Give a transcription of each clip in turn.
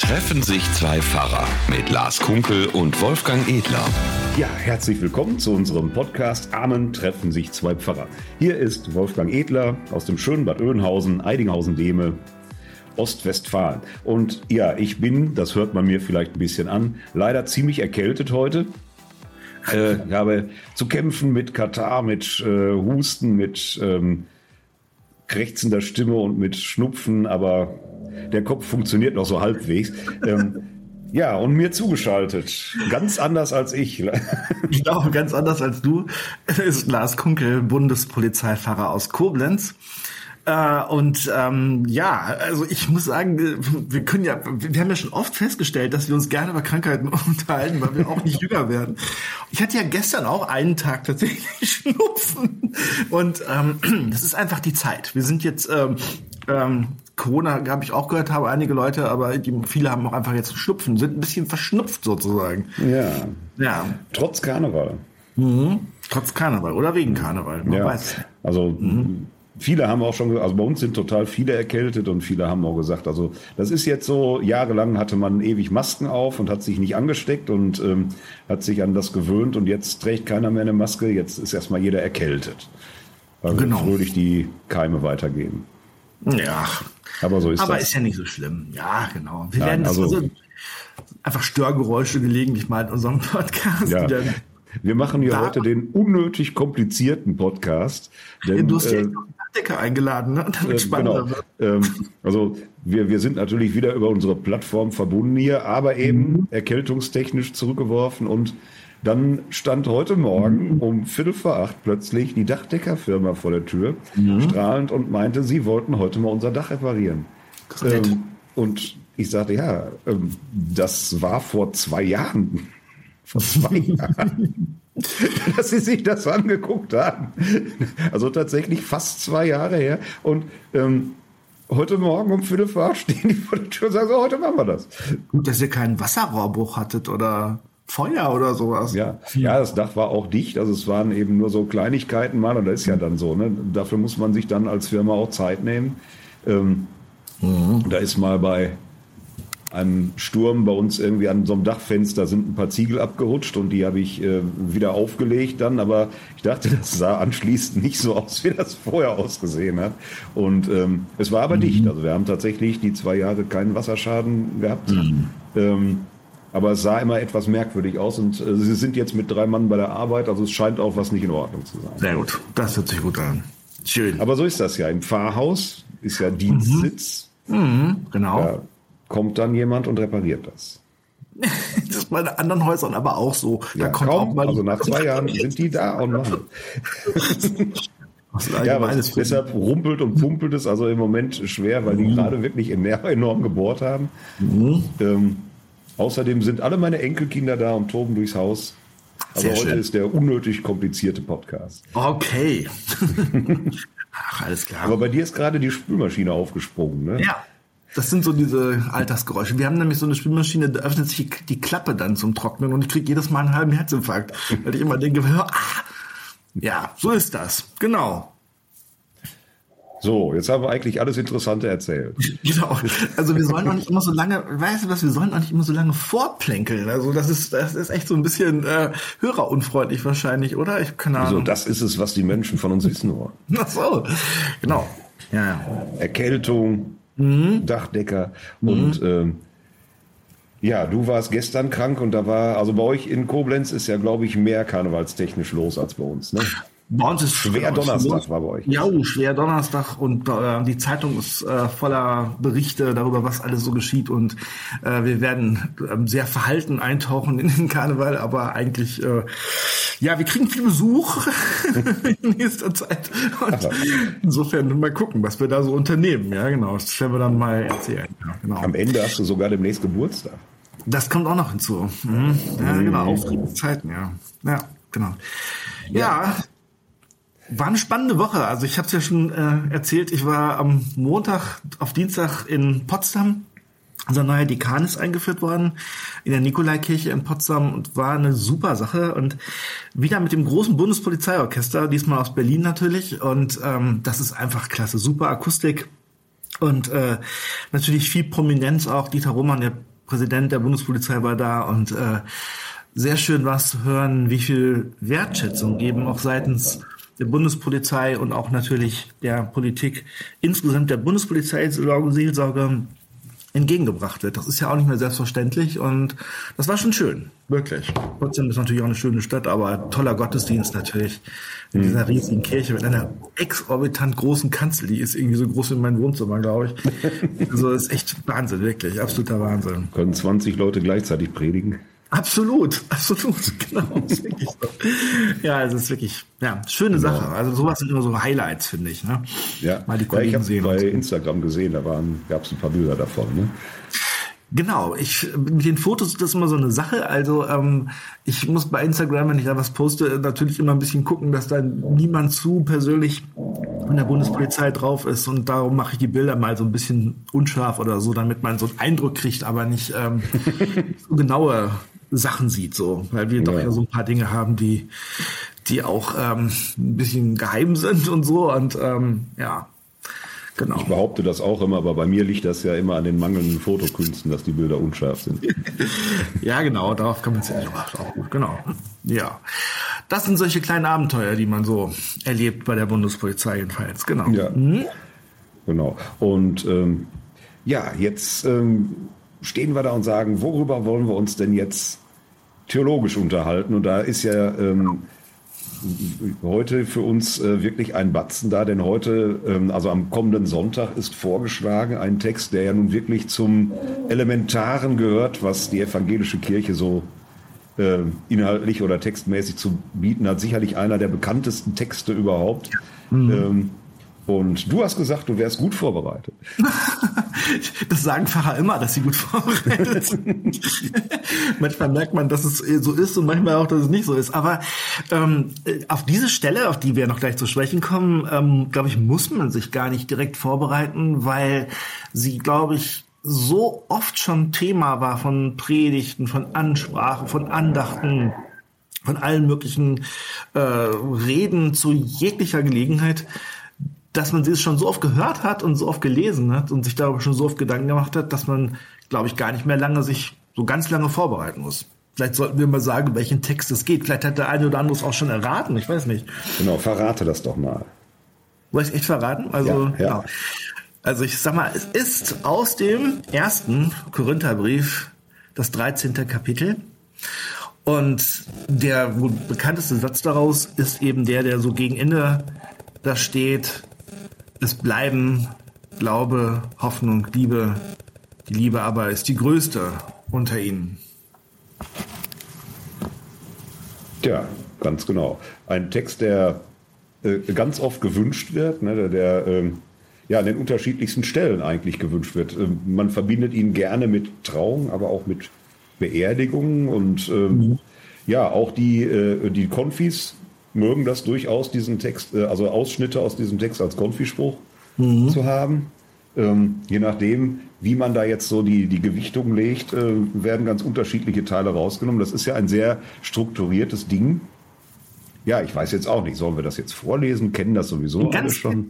Treffen sich zwei Pfarrer mit Lars Kunkel und Wolfgang Edler. Ja, herzlich willkommen zu unserem Podcast Amen, treffen sich zwei Pfarrer. Hier ist Wolfgang Edler aus dem schönen Bad Oeynhausen, Eidinghausen-Dehme, Ostwestfalen. Und ja, ich bin, das hört man mir vielleicht ein bisschen an, leider ziemlich erkältet heute. Ich habe zu kämpfen mit Katarrh, mit Husten, mit krächzender Stimme und mit Schnupfen, aber der Kopf funktioniert noch so halbwegs. Ja, und mir zugeschaltet, ganz anders als ich. Ich glaube, ganz anders als du, ist Lars Kunkel, Bundespolizeifahrer aus Koblenz. Ja, also ich muss sagen, wir haben ja schon oft festgestellt, dass wir uns gerne über Krankheiten unterhalten, weil wir auch nicht jünger werden. Ich hatte ja gestern auch einen Tag tatsächlich Schnupfen und das ist einfach die Zeit. Wir sind jetzt Corona, habe ich auch gehört, haben einige Leute, aber viele haben auch einfach jetzt Schnupfen, sind ein bisschen verschnupft sozusagen. Ja. Trotz Karneval. Trotz Karneval oder wegen Karneval, man weiß. Also viele haben auch schon, also bei uns sind total viele erkältet und viele haben auch gesagt, also das ist jetzt so, jahrelang hatte man ewig Masken auf und hat sich nicht angesteckt und hat sich an das gewöhnt und jetzt trägt keiner mehr eine Maske, jetzt ist erstmal jeder erkältet. Weil fröhlich die Keime weitergehen. Ja. Aber so ist das. Aber ist ja nicht so schlimm. Ja, genau. Wir werden das also einfach Störgeräusche gelegentlich mal in unserem Podcast. Ja. Wir machen hier heute den unnötig komplizierten Podcast. Denn, du hast ja Dachdecker eingeladen, ne? Damit spannender wird. Also wir sind natürlich wieder über unsere Plattform verbunden hier, aber eben erkältungstechnisch zurückgeworfen. Und dann stand heute Morgen um 7:45 plötzlich die Dachdeckerfirma vor der Tür, strahlend und meinte, sie wollten heute mal unser Dach reparieren. Und ich sagte, ja, das war vor 2 Jahren. Vor 2 Jahren, dass sie sich das angeguckt haben. Also tatsächlich fast 2 Jahre her. Und heute Morgen um 7:45 stehen die vor der Tür und sagen, so, heute machen wir das. Gut, dass ihr keinen Wasserrohrbruch hattet oder Feuer oder sowas. Ja, das Dach war auch dicht. Also es waren eben nur so Kleinigkeiten mal. Und das ist ja dann so. Ne? Dafür muss man sich dann als Firma auch Zeit nehmen. Da ist mal bei einem Sturm bei uns irgendwie an so einem Dachfenster sind ein paar Ziegel abgerutscht und die habe ich wieder aufgelegt dann, aber ich dachte, das sah anschließend nicht so aus, wie das vorher ausgesehen hat. Und es war aber dicht, also wir haben tatsächlich die 2 Jahre keinen Wasserschaden gehabt. Aber es sah immer etwas merkwürdig aus und sie sind jetzt mit 3 Mann bei der Arbeit, also es scheint auch was nicht in Ordnung zu sein. Sehr gut, das hört sich gut an. Schön. Aber so ist das ja, im Pfarrhaus ist ja Dienstsitz. Genau. Da kommt dann jemand und repariert das. Das ist bei den anderen Häusern aber auch so. Ja, da kommt auch mal also nach 2 Jahren sind die da und machen. Deshalb rumpelt und pumpelt es also im Moment schwer, weil die gerade wirklich enorm gebohrt haben. Außerdem sind alle meine Enkelkinder da und toben durchs Haus. Also heute ist der unnötig komplizierte Podcast. Okay. Ach, alles klar. Aber bei dir ist gerade die Spülmaschine aufgesprungen, ne? Ja. Das sind so diese Alltagsgeräusche. Wir haben nämlich so eine Spülmaschine, da öffnet sich die Klappe dann zum Trocknen und ich kriege jedes Mal einen halben Herzinfarkt, weil ich immer denke, ja, so ist das. Genau. So, jetzt haben wir eigentlich alles Interessante erzählt. Genau. Also wir sollen auch nicht immer so lange, weißt du was, wir sollen auch nicht immer so lange vorplänkeln. Also das ist echt so ein bisschen hörerunfreundlich wahrscheinlich, oder? Ich habe keine Ahnung. Also das ist es, was die Menschen von uns wissen wollen. Ach so, genau. Ja. Erkältung, Dachdecker und ja, du warst gestern krank und da war, also bei euch in Koblenz ist ja, glaube ich, mehr karnevalstechnisch los als bei uns, ne? Bei uns ist schwer Donnerstag war bei euch. Ja, schwer Donnerstag und die Zeitung ist voller Berichte darüber, was alles so geschieht und wir werden sehr verhalten eintauchen in den Karneval, aber eigentlich, wir kriegen viel Besuch in nächster Zeit und insofern mal gucken, was wir da so unternehmen. Ja, genau, das werden wir dann mal erzählen. Ja, genau. Am Ende hast du sogar demnächst Geburtstag. Das kommt auch noch hinzu. Ja, genau, aufregende Zeiten, ja. Ja, genau. Ja. War eine spannende Woche. Also ich habe es ja schon erzählt, ich war am Montag auf Dienstag in Potsdam. Unser neuer Dekan ist eingeführt worden in der Nikolaikirche in Potsdam und war eine super Sache. Und wieder mit dem großen Bundespolizeiorchester, diesmal aus Berlin natürlich. Und das ist einfach klasse, super Akustik. Und natürlich viel Prominenz auch. Dieter Roman, der Präsident der Bundespolizei war da und sehr schön war es zu hören, wie viel Wertschätzung eben auch seitens der Bundespolizei und auch natürlich der Politik insgesamt der Bundespolizei Seelsorge entgegengebracht wird. Das ist ja auch nicht mehr selbstverständlich und das war schon schön, wirklich. Trotzdem ist natürlich auch eine schöne Stadt, aber toller Gottesdienst natürlich in dieser riesigen Kirche mit einer exorbitant großen Kanzel, die ist irgendwie so groß wie mein Wohnzimmer, glaube ich. Also ist echt Wahnsinn, wirklich, absoluter Wahnsinn. Können 20 Leute gleichzeitig predigen? Absolut, genau. Ist wirklich so. Ja, es ist wirklich, schöne Sache. Also sowas sind immer so Highlights, finde ich. Ne? Ja, mal die Kollegen ich habe sehen. Bei Instagram gesehen, da gab es ein paar Bilder davon. Ne? Genau, mit den Fotos ist das immer so eine Sache. Also ich muss bei Instagram, wenn ich da was poste, natürlich immer ein bisschen gucken, dass da niemand zu persönlich in der Bundespolizei drauf ist und darum mache ich die Bilder mal so ein bisschen unscharf oder so, damit man so einen Eindruck kriegt, aber nicht so genaue Sachen sieht, so, weil wir doch ja so ein paar Dinge haben, die auch ein bisschen geheim sind und so und genau. Ich behaupte das auch immer, aber bei mir liegt das ja immer an den mangelnden Fotokünsten, dass die Bilder unscharf sind. Ja, genau, darauf kann man es ja nicht machen. Genau. Ja. Das sind solche kleinen Abenteuer, die man so erlebt bei der Bundespolizei jedenfalls. Genau. Ja. Genau. Und jetzt stehen wir da und sagen, worüber wollen wir uns denn jetzt theologisch unterhalten? Und da ist ja heute für uns wirklich ein Batzen da, denn heute, also am kommenden Sonntag, ist vorgeschlagen ein Text, der ja nun wirklich zum Elementaren gehört, was die evangelische Kirche so inhaltlich oder textmäßig zu bieten hat. Sicherlich einer der bekanntesten Texte überhaupt. Und du hast gesagt, du wärst gut vorbereitet. Das sagen Pfarrer immer, dass sie gut vorbereitet sind. Manchmal merkt man, dass es so ist und manchmal auch, dass es nicht so ist. Aber auf diese Stelle, auf die wir noch gleich zu sprechen kommen, glaube ich, muss man sich gar nicht direkt vorbereiten, weil sie, glaube ich, so oft schon Thema war von Predigten, von Ansprachen, von Andachten, von allen möglichen Reden zu jeglicher Gelegenheit, dass man es schon so oft gehört hat und so oft gelesen hat und sich darüber schon so oft Gedanken gemacht hat, dass man, glaube ich, gar nicht mehr sich so ganz lange vorbereiten muss. Vielleicht sollten wir mal sagen, welchen Text es geht. Vielleicht hat der eine oder andere es auch schon erraten, ich weiß nicht. Genau, verrate das doch mal. Soll ich es echt verraten? Also, ja. Genau. Also ich sag mal, es ist aus dem 1. Korintherbrief das 13. Kapitel. Und der wohl bekannteste Satz daraus ist eben der so gegen Ende da steht: Es bleiben Glaube, Hoffnung, Liebe. Die Liebe aber ist die größte unter ihnen. Ja, ganz genau. Ein Text, der ganz oft gewünscht wird, ne, der an den unterschiedlichsten Stellen eigentlich gewünscht wird. Man verbindet ihn gerne mit Trauung, aber auch mit Beerdigungen und auch die Konfis mögen das durchaus, diesen Text, also Ausschnitte aus diesem Text als Konfispruch zu haben. Je nachdem, wie man da jetzt so die Gewichtung legt, werden ganz unterschiedliche Teile rausgenommen. Das ist ja ein sehr strukturiertes Ding. Ja, ich weiß jetzt auch nicht, sollen wir das jetzt vorlesen? Kennen das sowieso alle schon?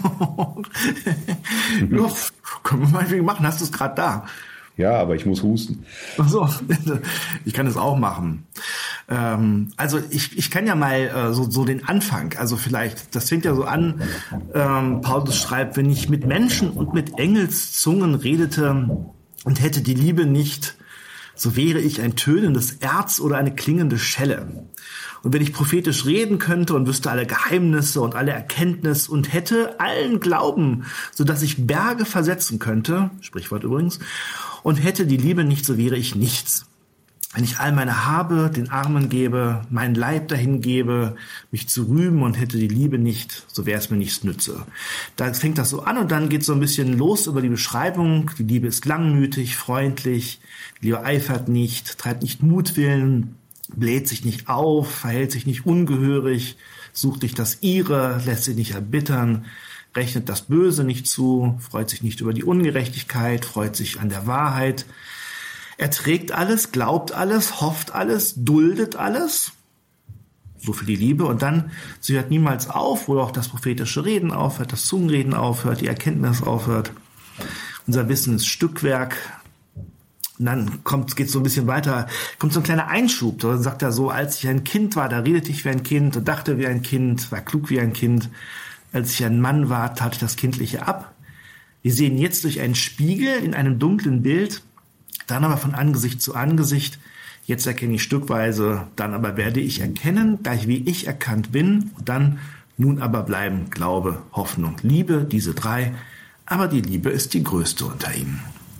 Ja, können wir mal machen. Hast du es gerade da? Ja, aber ich muss husten. Ach so, ich kann es auch machen. Also ich kann ja mal so den Anfang, also vielleicht, das fängt ja so an, Paulus schreibt: Wenn ich mit Menschen und mit Engelszungen redete und hätte die Liebe nicht, so wäre ich ein tönendes Erz oder eine klingende Schelle. Und wenn ich prophetisch reden könnte und wüsste alle Geheimnisse und alle Erkenntnis und hätte allen Glauben, sodass ich Berge versetzen könnte, Sprichwort übrigens, und hätte die Liebe nicht, so wäre ich nichts. Wenn ich all meine Habe den Armen gebe, meinen Leib dahin gebe, mich zu rühmen und hätte die Liebe nicht, so wäre es mir nichts nütze. Da fängt das so an und dann geht so ein bisschen los über die Beschreibung. Die Liebe ist langmütig, freundlich, die Liebe eifert nicht, treibt nicht Mutwillen, bläht sich nicht auf, verhält sich nicht ungehörig, sucht nicht das Ihre, lässt sich nicht erbittern, rechnet das Böse nicht zu, freut sich nicht über die Ungerechtigkeit, freut sich an der Wahrheit, erträgt alles, glaubt alles, hofft alles, duldet alles. So für die Liebe. Und dann, sie hört niemals auf, wo auch das prophetische Reden aufhört, das Zungenreden aufhört, die Erkenntnis aufhört. Unser Wissen ist Stückwerk. Und dann geht's so ein bisschen weiter, kommt so ein kleiner Einschub. Da sagt er so, als ich ein Kind war, da redete ich wie ein Kind und dachte wie ein Kind, war klug wie ein Kind. Als ich ein Mann war, tat ich das Kindliche ab. Wir sehen jetzt durch einen Spiegel in einem dunklen Bild, dann aber von Angesicht zu Angesicht. Jetzt erkenne ich stückweise, dann aber werde ich erkennen, gleich wie ich erkannt bin. Und dann, nun aber bleiben Glaube, Hoffnung, Liebe, diese drei. Aber die Liebe ist die größte unter ihnen.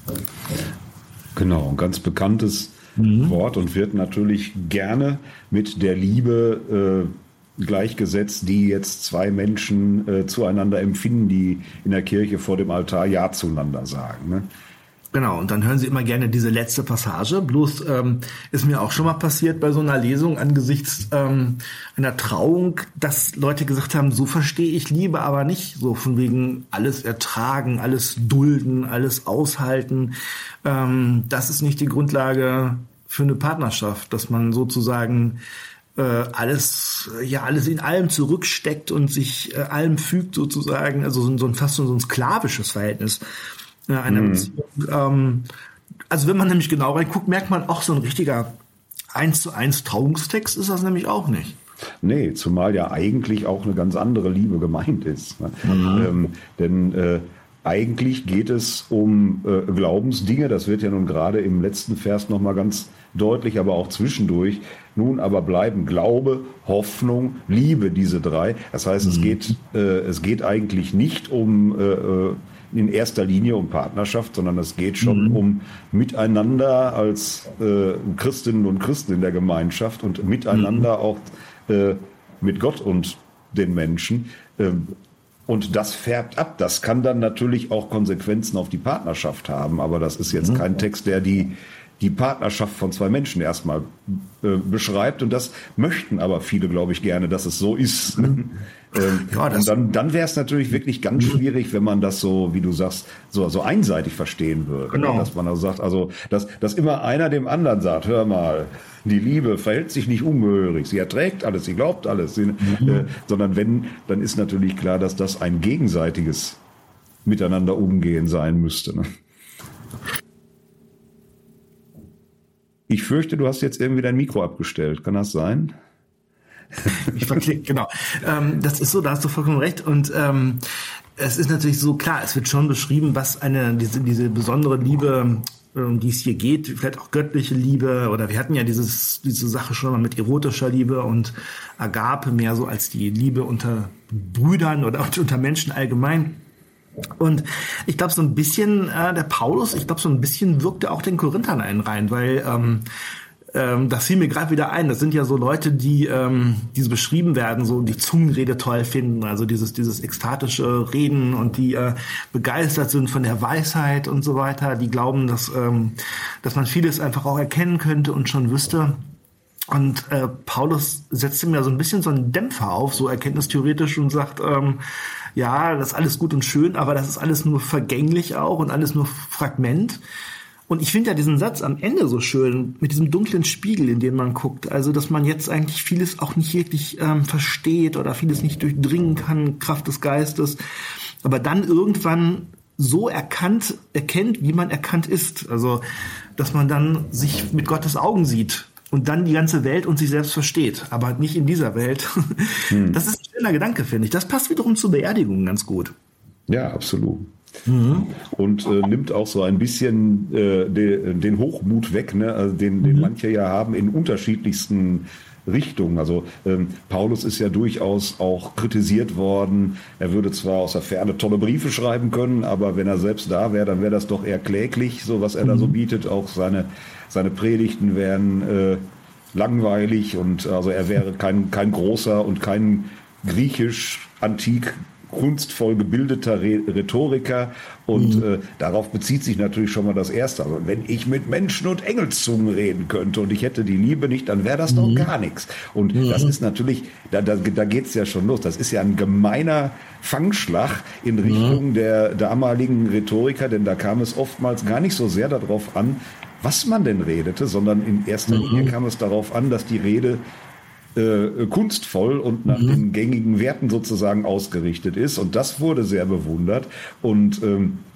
Genau, ein ganz bekanntes Wort und wird natürlich gerne mit der Liebe gleichgesetzt, die jetzt zwei Menschen zueinander empfinden, die in der Kirche vor dem Altar Ja zueinander sagen. Ne? Genau, und dann hören Sie immer gerne diese letzte Passage. Bloß ist mir auch schon mal passiert bei so einer Lesung angesichts einer Trauung, dass Leute gesagt haben, so verstehe ich Liebe aber nicht. So von wegen alles ertragen, alles dulden, alles aushalten. Das ist nicht die Grundlage für eine Partnerschaft, dass man sozusagen alles in allem zurücksteckt und sich allem fügt sozusagen. Also fast so ein sklavisches Verhältnis. Einer Beziehung. Also wenn man nämlich genau reinguckt, merkt man auch, so ein richtiger 1:1 Trauungstext ist das nämlich auch nicht. Nee, zumal ja eigentlich auch eine ganz andere Liebe gemeint ist. Ne? Denn eigentlich geht es um Glaubensdinge, das wird ja nun gerade im letzten Vers nochmal ganz deutlich, aber auch zwischendurch. Nun aber bleiben Glaube, Hoffnung, Liebe, diese drei. Das heißt, es geht eigentlich nicht um in erster Linie um Partnerschaft, sondern es geht schon um Miteinander als Christinnen und Christen in der Gemeinschaft und miteinander auch mit Gott und den Menschen. Und das färbt ab. Das kann dann natürlich auch Konsequenzen auf die Partnerschaft haben, aber das ist jetzt kein Text, der die Partnerschaft von zwei Menschen erstmal beschreibt. Und das möchten aber viele, glaube ich, gerne, dass es so ist. Und dann wäre es natürlich wirklich ganz schwierig, wenn man das so, wie du sagst, so einseitig verstehen würde. Genau. Dass man also sagt, also dass immer einer dem anderen sagt, hör mal, die Liebe verhält sich nicht ungehörig, sie erträgt alles, sie glaubt alles. Sondern dann ist natürlich klar, dass das ein gegenseitiges Miteinander umgehen sein müsste. Ne? Ich fürchte, du hast jetzt irgendwie dein Mikro abgestellt. Kann das sein? Ich verklickt, genau. Das ist so, da hast du vollkommen recht. Und es ist natürlich so, klar, es wird schon beschrieben, was diese besondere Liebe, um die es hier geht, vielleicht auch göttliche Liebe, oder wir hatten ja diese Sache schon mal mit erotischer Liebe und Agape mehr so als die Liebe unter Brüdern oder auch unter Menschen allgemein. Und ich glaube, so ein bisschen, der Paulus, so ein bisschen wirkte auch den Korinthern einen rein, weil das fiel mir gerade wieder ein. Das sind ja so Leute, die so beschrieben werden, so die Zungenrede toll finden, also dieses ekstatische Reden und die begeistert sind von der Weisheit und so weiter. Die glauben, dass man vieles einfach auch erkennen könnte und schon wüsste. Und Paulus setzt ihm ja so ein bisschen so einen Dämpfer auf, so erkenntnistheoretisch, und sagt, ja, das ist alles gut und schön, aber das ist alles nur vergänglich auch und alles nur Fragment. Und ich finde ja diesen Satz am Ende so schön, mit diesem dunklen Spiegel, in den man guckt. Also, dass man jetzt eigentlich vieles auch nicht wirklich versteht oder vieles nicht durchdringen kann, Kraft des Geistes. Aber dann irgendwann so erkennt, wie man erkannt ist. Also, dass man dann sich mit Gottes Augen sieht und dann die ganze Welt und sich selbst versteht, aber nicht in dieser Welt. Das ist ein schöner Gedanke, finde ich. Das passt wiederum zur Beerdigung ganz gut. Ja, absolut. Und nimmt auch so ein bisschen den Hochmut weg, ne? Also den manche ja haben in unterschiedlichsten Richtungen. Also Paulus ist ja durchaus auch kritisiert worden. Er würde zwar aus der Ferne tolle Briefe schreiben können, aber wenn er selbst da wäre, dann wäre das doch eher kläglich, so was er da so bietet. Auch seine Predigten wären langweilig, und also er wäre kein großer und kein griechisch-antik kunstvoll gebildeter Rhetoriker, und darauf bezieht sich natürlich schon mal das Erste. Also wenn ich mit Menschen und Engelszungen reden könnte und ich hätte die Liebe nicht, dann wäre das doch gar nichts. Und das ist natürlich, da geht's ja schon los. Das ist ja ein gemeiner Fangschlag in Richtung der damaligen Rhetoriker, denn da kam es oftmals gar nicht so sehr darauf an, was man denn redete, sondern in erster Linie kam es darauf an, dass die Rede kunstvoll und nach den gängigen Werten sozusagen ausgerichtet ist. Und das wurde sehr bewundert. Und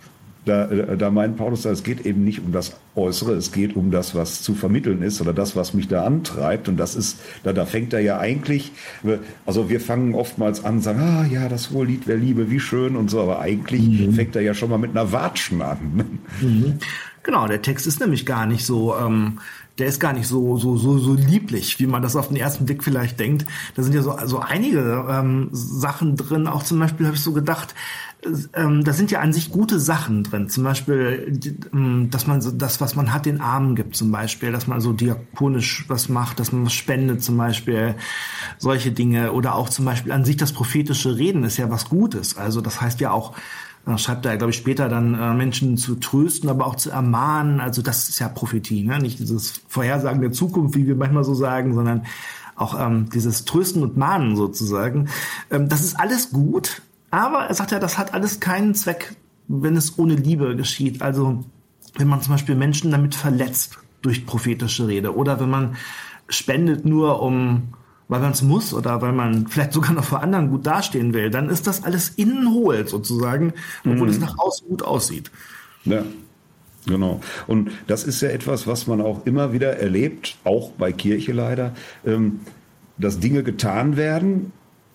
da meint Paulus, es geht eben nicht um das Äußere, es geht um das, was zu vermitteln ist oder das, was mich da antreibt. Und das ist, da fängt er ja eigentlich, also wir fangen oftmals an, sagen, ja, das Hohelied der Liebe, wie schön und so, aber eigentlich fängt er ja schon mal mit einer Watschen an. Genau, der Text ist nämlich gar nicht so, der ist gar nicht so lieblich, wie man das auf den ersten Blick vielleicht denkt. Da sind ja so einige Sachen drin. Auch zum Beispiel habe ich so gedacht, da sind ja an sich gute Sachen drin. Zum Beispiel, dass man so das, was man hat, den Armen gibt zum Beispiel, dass man so diakonisch was macht, dass man was spendet zum Beispiel, solche Dinge. Oder auch zum Beispiel an sich das prophetische Reden ist ja was Gutes. Also das heißt ja auch, schreibt er, glaube ich, später dann Menschen zu trösten, aber auch zu ermahnen. Also das ist ja Prophetie, ne? Nicht dieses Vorhersagen der Zukunft, wie wir manchmal so sagen, sondern auch dieses Trösten und Mahnen sozusagen. Das ist alles gut, aber er sagt ja, das hat alles keinen Zweck, wenn es ohne Liebe geschieht. Also wenn man zum Beispiel Menschen damit verletzt durch prophetische Rede oder wenn man spendet nur weil man es muss oder weil man vielleicht sogar noch vor anderen gut dastehen will, dann ist das alles innen hohl sozusagen, obwohl es nach außen gut aussieht. Ja, genau. Und das ist ja etwas, was man auch immer wieder erlebt, auch bei Kirche leider, dass Dinge getan werden,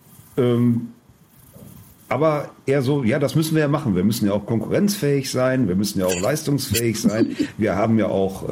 aber eher so, ja, das müssen wir ja machen. Wir müssen ja auch konkurrenzfähig sein, wir müssen ja auch leistungsfähig sein. Wir haben ja auch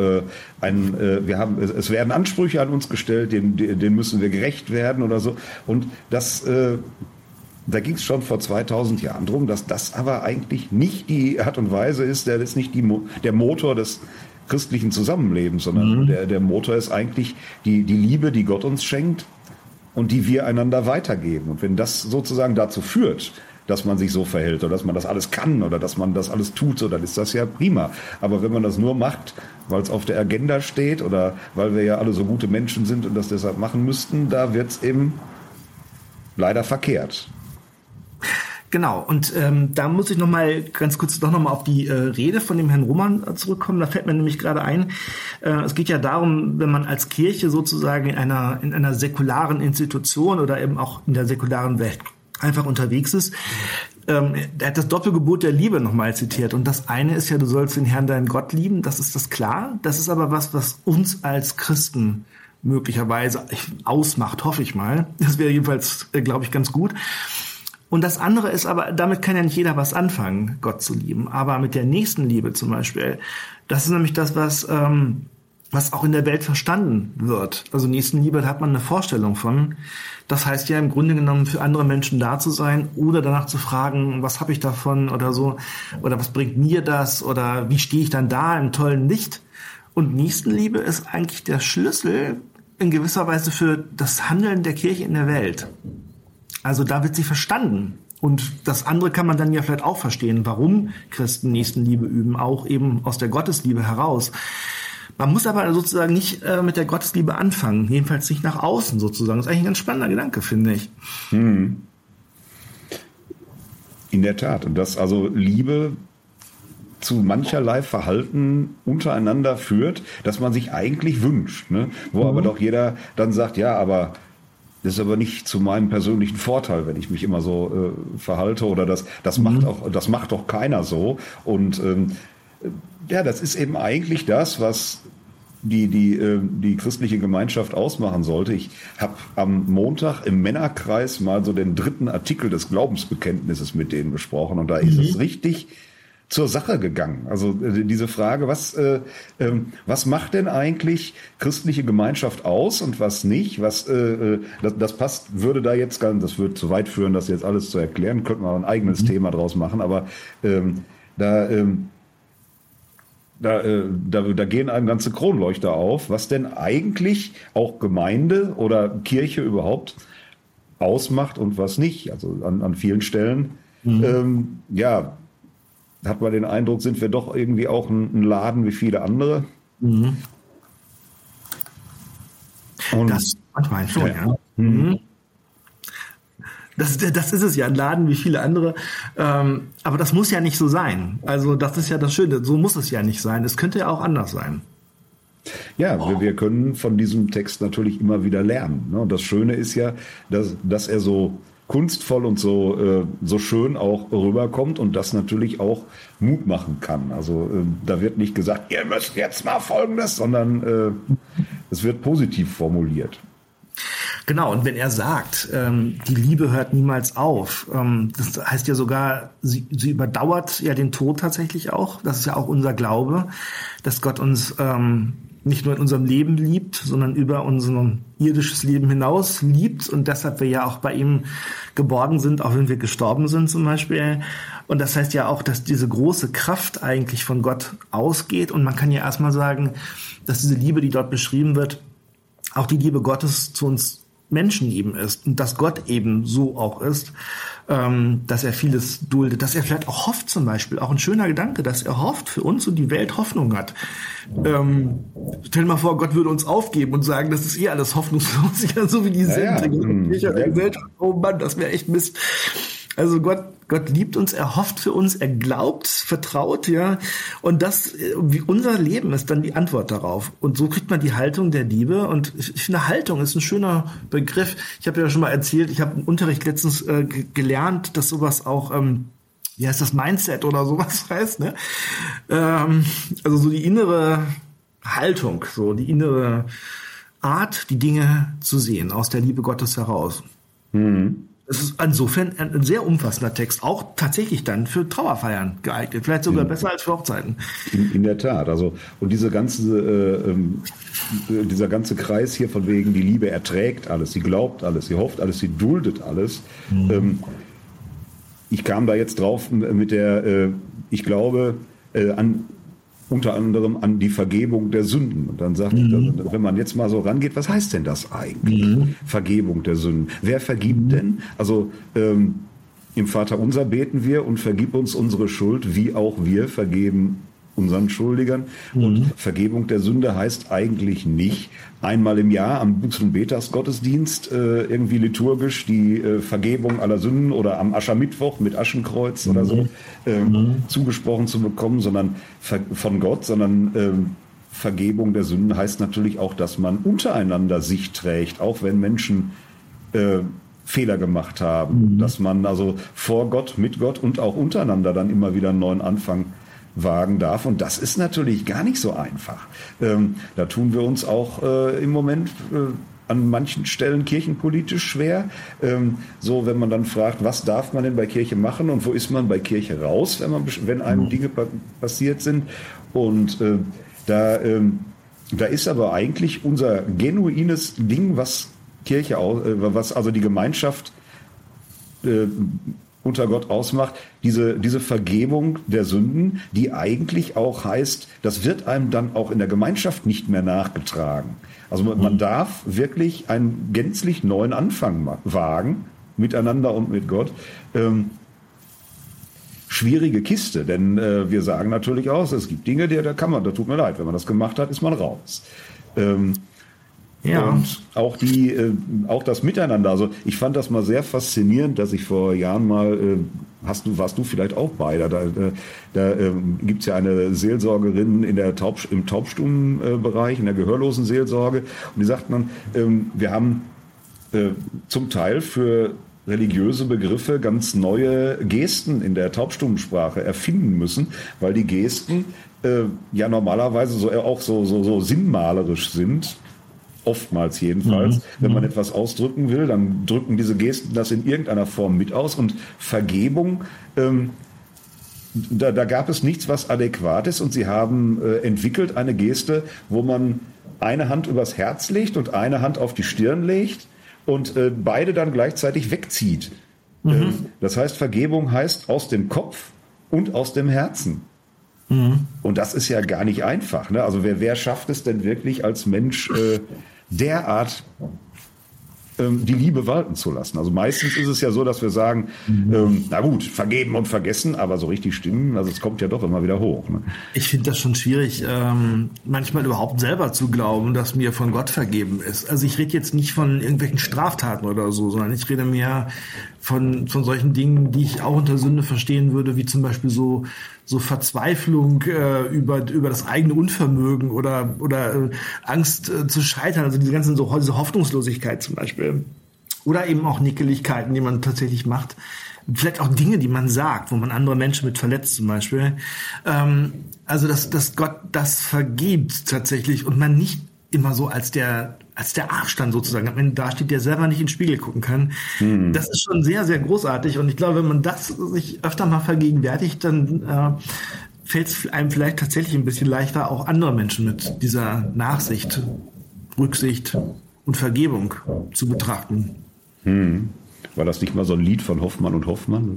es werden Ansprüche an uns gestellt, denen müssen wir gerecht werden oder so. Und das, da ging es schon vor 2000 Jahren drum, dass das aber eigentlich nicht die Art und Weise ist, das ist nicht der Motor des christlichen Zusammenlebens, sondern der Motor ist eigentlich die Liebe, die Gott uns schenkt und die wir einander weitergeben. Und wenn das sozusagen dazu führt, dass man sich so verhält oder dass man das alles kann oder dass man das alles tut, so, dann ist das ja prima. Aber wenn man das nur macht, weil es auf der Agenda steht oder weil wir ja alle so gute Menschen sind und das deshalb machen müssten, da wird es eben leider verkehrt. Genau, und da muss ich noch mal ganz kurz noch mal auf die Rede von dem Herrn Roman zurückkommen. Da fällt mir nämlich gerade ein, es geht ja darum, wenn man als Kirche sozusagen in einer säkularen Institution oder eben auch in der säkularen Welt einfach unterwegs ist. Er hat das Doppelgebot der Liebe nochmal zitiert. Und das eine ist ja, du sollst den Herrn, deinen Gott lieben. Das ist das klar. Das ist aber was uns als Christen möglicherweise ausmacht, hoffe ich mal. Das wäre jedenfalls, glaube ich, ganz gut. Und das andere ist aber, damit kann ja nicht jeder was anfangen, Gott zu lieben. Aber mit der Nächstenliebe zum Beispiel, das ist nämlich das, was auch in der Welt verstanden wird. Also Nächstenliebe, da hat man eine Vorstellung von. Das heißt ja im Grunde genommen, für andere Menschen da zu sein oder danach zu fragen, was habe ich davon oder so, oder was bringt mir das oder wie stehe ich dann da im tollen Licht. Und Nächstenliebe ist eigentlich der Schlüssel in gewisser Weise für das Handeln der Kirche in der Welt. Also da wird sie verstanden. Und das andere kann man dann ja vielleicht auch verstehen, warum Christen Nächstenliebe üben, auch eben aus der Gottesliebe heraus. Man muss aber sozusagen nicht mit der Gottesliebe anfangen, jedenfalls nicht nach außen sozusagen. Das ist eigentlich ein ganz spannender Gedanke, finde ich. In der Tat. Und dass also Liebe zu mancherlei Verhalten untereinander führt, dass man sich eigentlich wünscht, ne? Wo aber doch jeder dann sagt, ja, aber das ist aber nicht zu meinem persönlichen Vorteil, wenn ich mich immer so verhalte oder das macht doch keiner so. Und ja, das ist eben eigentlich das, was die christliche Gemeinschaft ausmachen sollte. Ich habe am Montag im Männerkreis mal so den 3. Artikel des Glaubensbekenntnisses mit denen besprochen und da ist es richtig zur Sache gegangen. Also diese Frage, was macht denn eigentlich christliche Gemeinschaft aus und was nicht? Das passt, würde da jetzt das würde zu weit führen, das jetzt alles zu erklären. Könnten wir ein eigenes Thema draus machen, aber da gehen einem ganze Kronleuchter auf, was denn eigentlich auch Gemeinde oder Kirche überhaupt ausmacht und was nicht. Also an vielen Stellen, hat man den Eindruck, sind wir doch irgendwie auch ein Laden wie viele andere. Und das manchmal schon, ja. Das ist es ja, ein Laden wie viele andere. Aber das muss ja nicht so sein. Also das ist ja das Schöne. So muss es ja nicht sein. Es könnte ja auch anders sein. Ja, wir können von diesem Text natürlich immer wieder lernen. Ne? Und das Schöne ist ja, dass er so kunstvoll und so schön auch rüberkommt und das natürlich auch Mut machen kann. Also da wird nicht gesagt, ihr müsst jetzt mal Folgendes, sondern es wird positiv formuliert. Genau, und wenn er sagt, die Liebe hört niemals auf, das heißt ja sogar, sie überdauert ja den Tod tatsächlich auch. Das ist ja auch unser Glaube, dass Gott uns nicht nur in unserem Leben liebt, sondern über unser irdisches Leben hinaus liebt und deshalb wir ja auch bei ihm geborgen sind, auch wenn wir gestorben sind zum Beispiel. Und das heißt ja auch, dass diese große Kraft eigentlich von Gott ausgeht und man kann ja erstmal sagen, dass diese Liebe, die dort beschrieben wird, auch die Liebe Gottes zu uns Menschen eben ist und dass Gott eben so auch ist, dass er vieles duldet, dass er vielleicht auch hofft zum Beispiel, auch ein schöner Gedanke, dass er hofft für uns und die Welt Hoffnung hat. Stell dir mal vor, Gott würde uns aufgeben und sagen, das ist eh alles hoffnungslos, ja, so wie die sind. Gesellschaft. Oh Mann, das wäre echt Mist. Also Gott liebt uns, er hofft für uns, er glaubt, vertraut, ja. Und das, wie unser Leben ist dann die Antwort darauf. Und so kriegt man die Haltung der Liebe. Und ich finde, Haltung ist ein schöner Begriff. Ich habe ja schon mal erzählt, ich habe im Unterricht letztens gelernt, dass sowas auch, wie heißt das, Mindset oder sowas heißt, ne? Also so die innere Haltung, so die innere Art, die Dinge zu sehen, aus der Liebe Gottes heraus. Mhm. Es ist insofern ein sehr umfassender Text, auch tatsächlich dann für Trauerfeiern geeignet, vielleicht sogar besser als für Hochzeiten. In der Tat, also und dieser ganze Kreis hier von wegen, die Liebe erträgt alles, sie glaubt alles, sie hofft alles, sie duldet alles. Ich kam da jetzt drauf mit der, ich glaube, unter anderem an die Vergebung der Sünden. Und dann sagt, wenn man jetzt mal so rangeht, was heißt denn das eigentlich? Vergebung der Sünden. Wer vergibt denn? Also im Vaterunser beten wir und vergib uns unsere Schuld, wie auch wir vergeben unseren Schuldigern. Und Vergebung der Sünde heißt eigentlich nicht einmal im Jahr am Buß- und Betas-Gottesdienst irgendwie liturgisch die Vergebung aller Sünden oder am Aschermittwoch mit Aschenkreuz oder so zugesprochen zu bekommen, sondern von Gott, sondern Vergebung der Sünden heißt natürlich auch, dass man untereinander sich trägt, auch wenn Menschen Fehler gemacht haben, dass man also vor Gott, mit Gott und auch untereinander dann immer wieder einen neuen Anfang wagen darf. Und das ist natürlich gar nicht so einfach. Da tun wir uns auch im Moment an manchen Stellen kirchenpolitisch schwer. So, wenn man dann fragt, was darf man denn bei Kirche machen und wo ist man bei Kirche raus, wenn einem Dinge passiert sind. Und da ist aber eigentlich unser genuines Ding, was Kirche, was also die Gemeinschaft unter Gott ausmacht, diese Vergebung der Sünden, die eigentlich auch heißt, das wird einem dann auch in der Gemeinschaft nicht mehr nachgetragen. Also man darf wirklich einen gänzlich neuen Anfang wagen, miteinander und mit Gott. Schwierige Kiste, denn wir sagen natürlich auch, es gibt Dinge, da tut mir leid, wenn man das gemacht hat, ist man raus. Ja. Und auch das Miteinander. Also ich fand das mal sehr faszinierend, dass ich vor Jahren mal, warst du vielleicht auch bei, da gibt's ja eine Seelsorgerin im Taubstummenbereich, in der gehörlosen Seelsorge, und die sagt man, wir haben zum Teil für religiöse Begriffe ganz neue Gesten in der Taubstummensprache erfinden müssen, weil die Gesten ja normalerweise auch so sinnmalerisch sind. Oftmals jedenfalls. Wenn man etwas ausdrücken will, dann drücken diese Gesten das in irgendeiner Form mit aus. Und Vergebung, da gab es nichts, was adäquat ist. Und sie haben entwickelt eine Geste, wo man eine Hand übers Herz legt und eine Hand auf die Stirn legt und beide dann gleichzeitig wegzieht. Das heißt, Vergebung heißt aus dem Kopf und aus dem Herzen. Und das ist ja gar nicht einfach. Ne? Also wer schafft es denn wirklich als Mensch derart die Liebe walten zu lassen? Also meistens ist es ja so, dass wir sagen, na gut, vergeben und vergessen, aber so richtig stimmen, also es kommt ja doch immer wieder hoch. Ne? Ich finde das schon schwierig, manchmal überhaupt selber zu glauben, dass mir von Gott vergeben ist. Also ich rede jetzt nicht von irgendwelchen Straftaten oder so, sondern ich rede mehr von solchen Dingen, die ich auch unter Sünde verstehen würde, wie zum Beispiel so Verzweiflung über das eigene Unvermögen oder Angst zu scheitern, also diese ganzen diese Hoffnungslosigkeit zum Beispiel. Oder eben auch Nickeligkeiten, die man tatsächlich macht. Vielleicht auch Dinge, die man sagt, wo man andere Menschen mit verletzt zum Beispiel. Also dass Gott das vergibt tatsächlich und man nicht immer so als der Arsch dann sozusagen am Ende dasteht, der selber nicht in den Spiegel gucken kann. Das ist schon sehr, sehr großartig. Und ich glaube, wenn man das sich öfter mal vergegenwärtigt, dann fällt es einem vielleicht tatsächlich ein bisschen leichter, auch andere Menschen mit dieser Nachsicht, Rücksicht und Vergebung zu betrachten. War das nicht mal so ein Lied von Hoffmann und Hoffmann?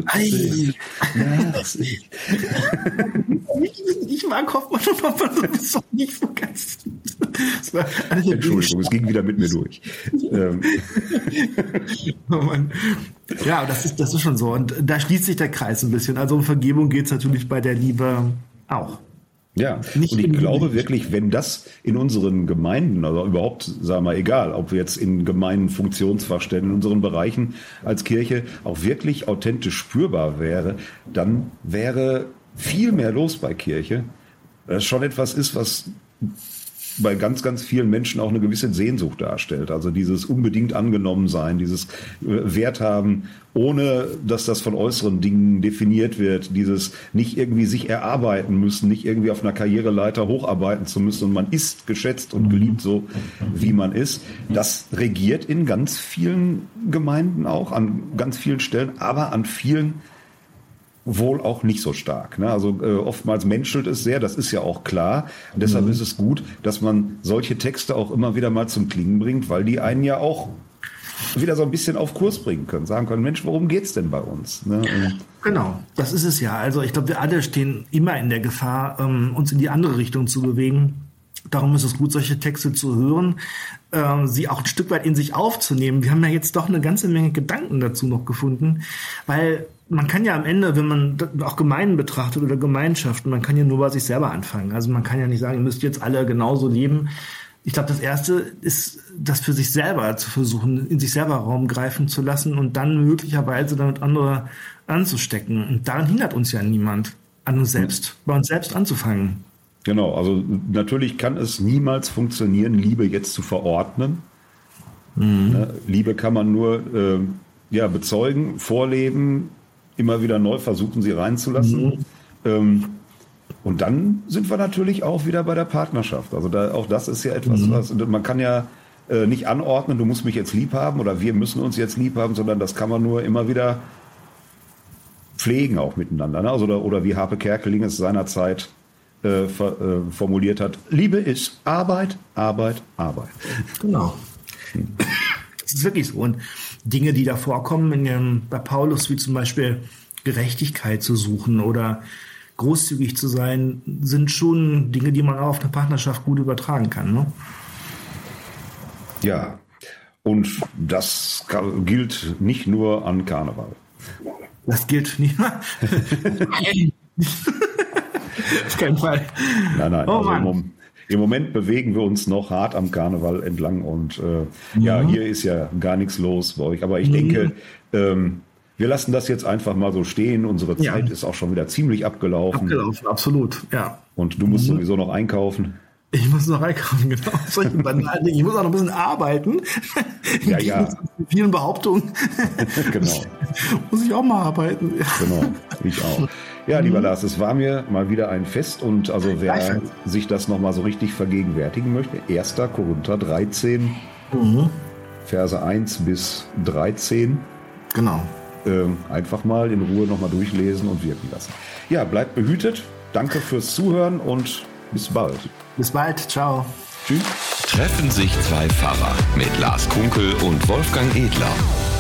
Ich mag Hoffmann und Hoffmann, das ist doch nicht so ganz... Entschuldigung, es ging wieder mit mir durch. Oh Mann. Ja, das ist schon so. Und da schließt sich der Kreis ein bisschen. Also um Vergebung geht es natürlich bei der Liebe auch. Ja, und ich glaube wirklich, wenn das in unseren Gemeinden, also überhaupt, sagen wir mal, egal, ob wir jetzt in Gemeinden Funktionsfach stellen, in unseren Bereichen als Kirche auch wirklich authentisch spürbar wäre, dann wäre viel mehr los bei Kirche. Das schon etwas ist, was bei ganz, ganz vielen Menschen auch eine gewisse Sehnsucht darstellt. Also dieses unbedingt angenommen sein, dieses Wert haben, ohne dass das von äußeren Dingen definiert wird, dieses nicht irgendwie sich erarbeiten müssen, nicht irgendwie auf einer Karriereleiter hocharbeiten zu müssen und man ist geschätzt und geliebt so, wie man ist. Das regiert in ganz vielen Gemeinden auch, an ganz vielen Stellen, aber an vielen wohl auch nicht so stark. Ne? Also oftmals menschelt es sehr, das ist ja auch klar. Und deshalb ist es gut, dass man solche Texte auch immer wieder mal zum Klingen bringt, weil die einen ja auch wieder so ein bisschen auf Kurs bringen können. Sagen können, Mensch, worum geht's denn bei uns? Ne? Genau, das ist es ja. Also ich glaube, wir alle stehen immer in der Gefahr, uns in die andere Richtung zu bewegen. Darum ist es gut, solche Texte zu hören, sie auch ein Stück weit in sich aufzunehmen. Wir haben ja jetzt doch eine ganze Menge Gedanken dazu noch gefunden, weil man kann ja am Ende, wenn man auch Gemeinden betrachtet oder Gemeinschaften, man kann ja nur bei sich selber anfangen. Also man kann ja nicht sagen, ihr müsst jetzt alle genauso leben. Ich glaube, das Erste ist, das für sich selber zu versuchen, in sich selber Raum greifen zu lassen und dann möglicherweise damit andere anzustecken. Und daran hindert uns ja niemand, an uns selbst, bei uns selbst anzufangen. Genau, also natürlich kann es niemals funktionieren, Liebe jetzt zu verordnen. Liebe kann man nur bezeugen, vorleben, immer wieder neu versuchen, sie reinzulassen. Und dann sind wir natürlich auch wieder bei der Partnerschaft. Also auch das ist ja etwas, was man kann ja nicht anordnen, du musst mich jetzt lieb haben oder wir müssen uns jetzt lieb haben, sondern das kann man nur immer wieder pflegen auch miteinander. Ne? Also, oder wie Harpe Kerkeling es seinerzeit formuliert hat, Liebe ist Arbeit, Arbeit, Arbeit. Genau. Das ist wirklich so. Und Dinge, die da vorkommen bei Paulus, wie zum Beispiel Gerechtigkeit zu suchen oder großzügig zu sein, sind schon Dinge, die man auch auf eine Partnerschaft gut übertragen kann. Ne? Ja, und das gilt nicht nur an Karneval. Das gilt nicht nur. Auf keinen Fall. Nein, also im Moment bewegen wir uns noch hart am Karneval entlang und hier ist ja gar nichts los bei euch. Aber ich denke, wir lassen das jetzt einfach mal so stehen. Unsere Zeit ist auch schon wieder ziemlich abgelaufen. Abgelaufen, absolut, ja. Und du musst sowieso noch einkaufen. Ich muss noch einkaufen, genau. Ich muss auch noch ein bisschen arbeiten. Ja. Mit vielen Behauptungen. Genau. Muss ich auch mal arbeiten. Genau, ich auch. Ja, lieber Lars, es war mir mal wieder ein Fest und also wer sich das nochmal so richtig vergegenwärtigen möchte, 1. Korinther 13, Verse 1 bis 13. Genau. Einfach mal in Ruhe nochmal durchlesen und wirken lassen. Ja, bleibt behütet. Danke fürs Zuhören und bis bald. Bis bald. Ciao. Tschüss. Treffen sich zwei Pfarrer mit Lars Kunkel und Wolfgang Edler.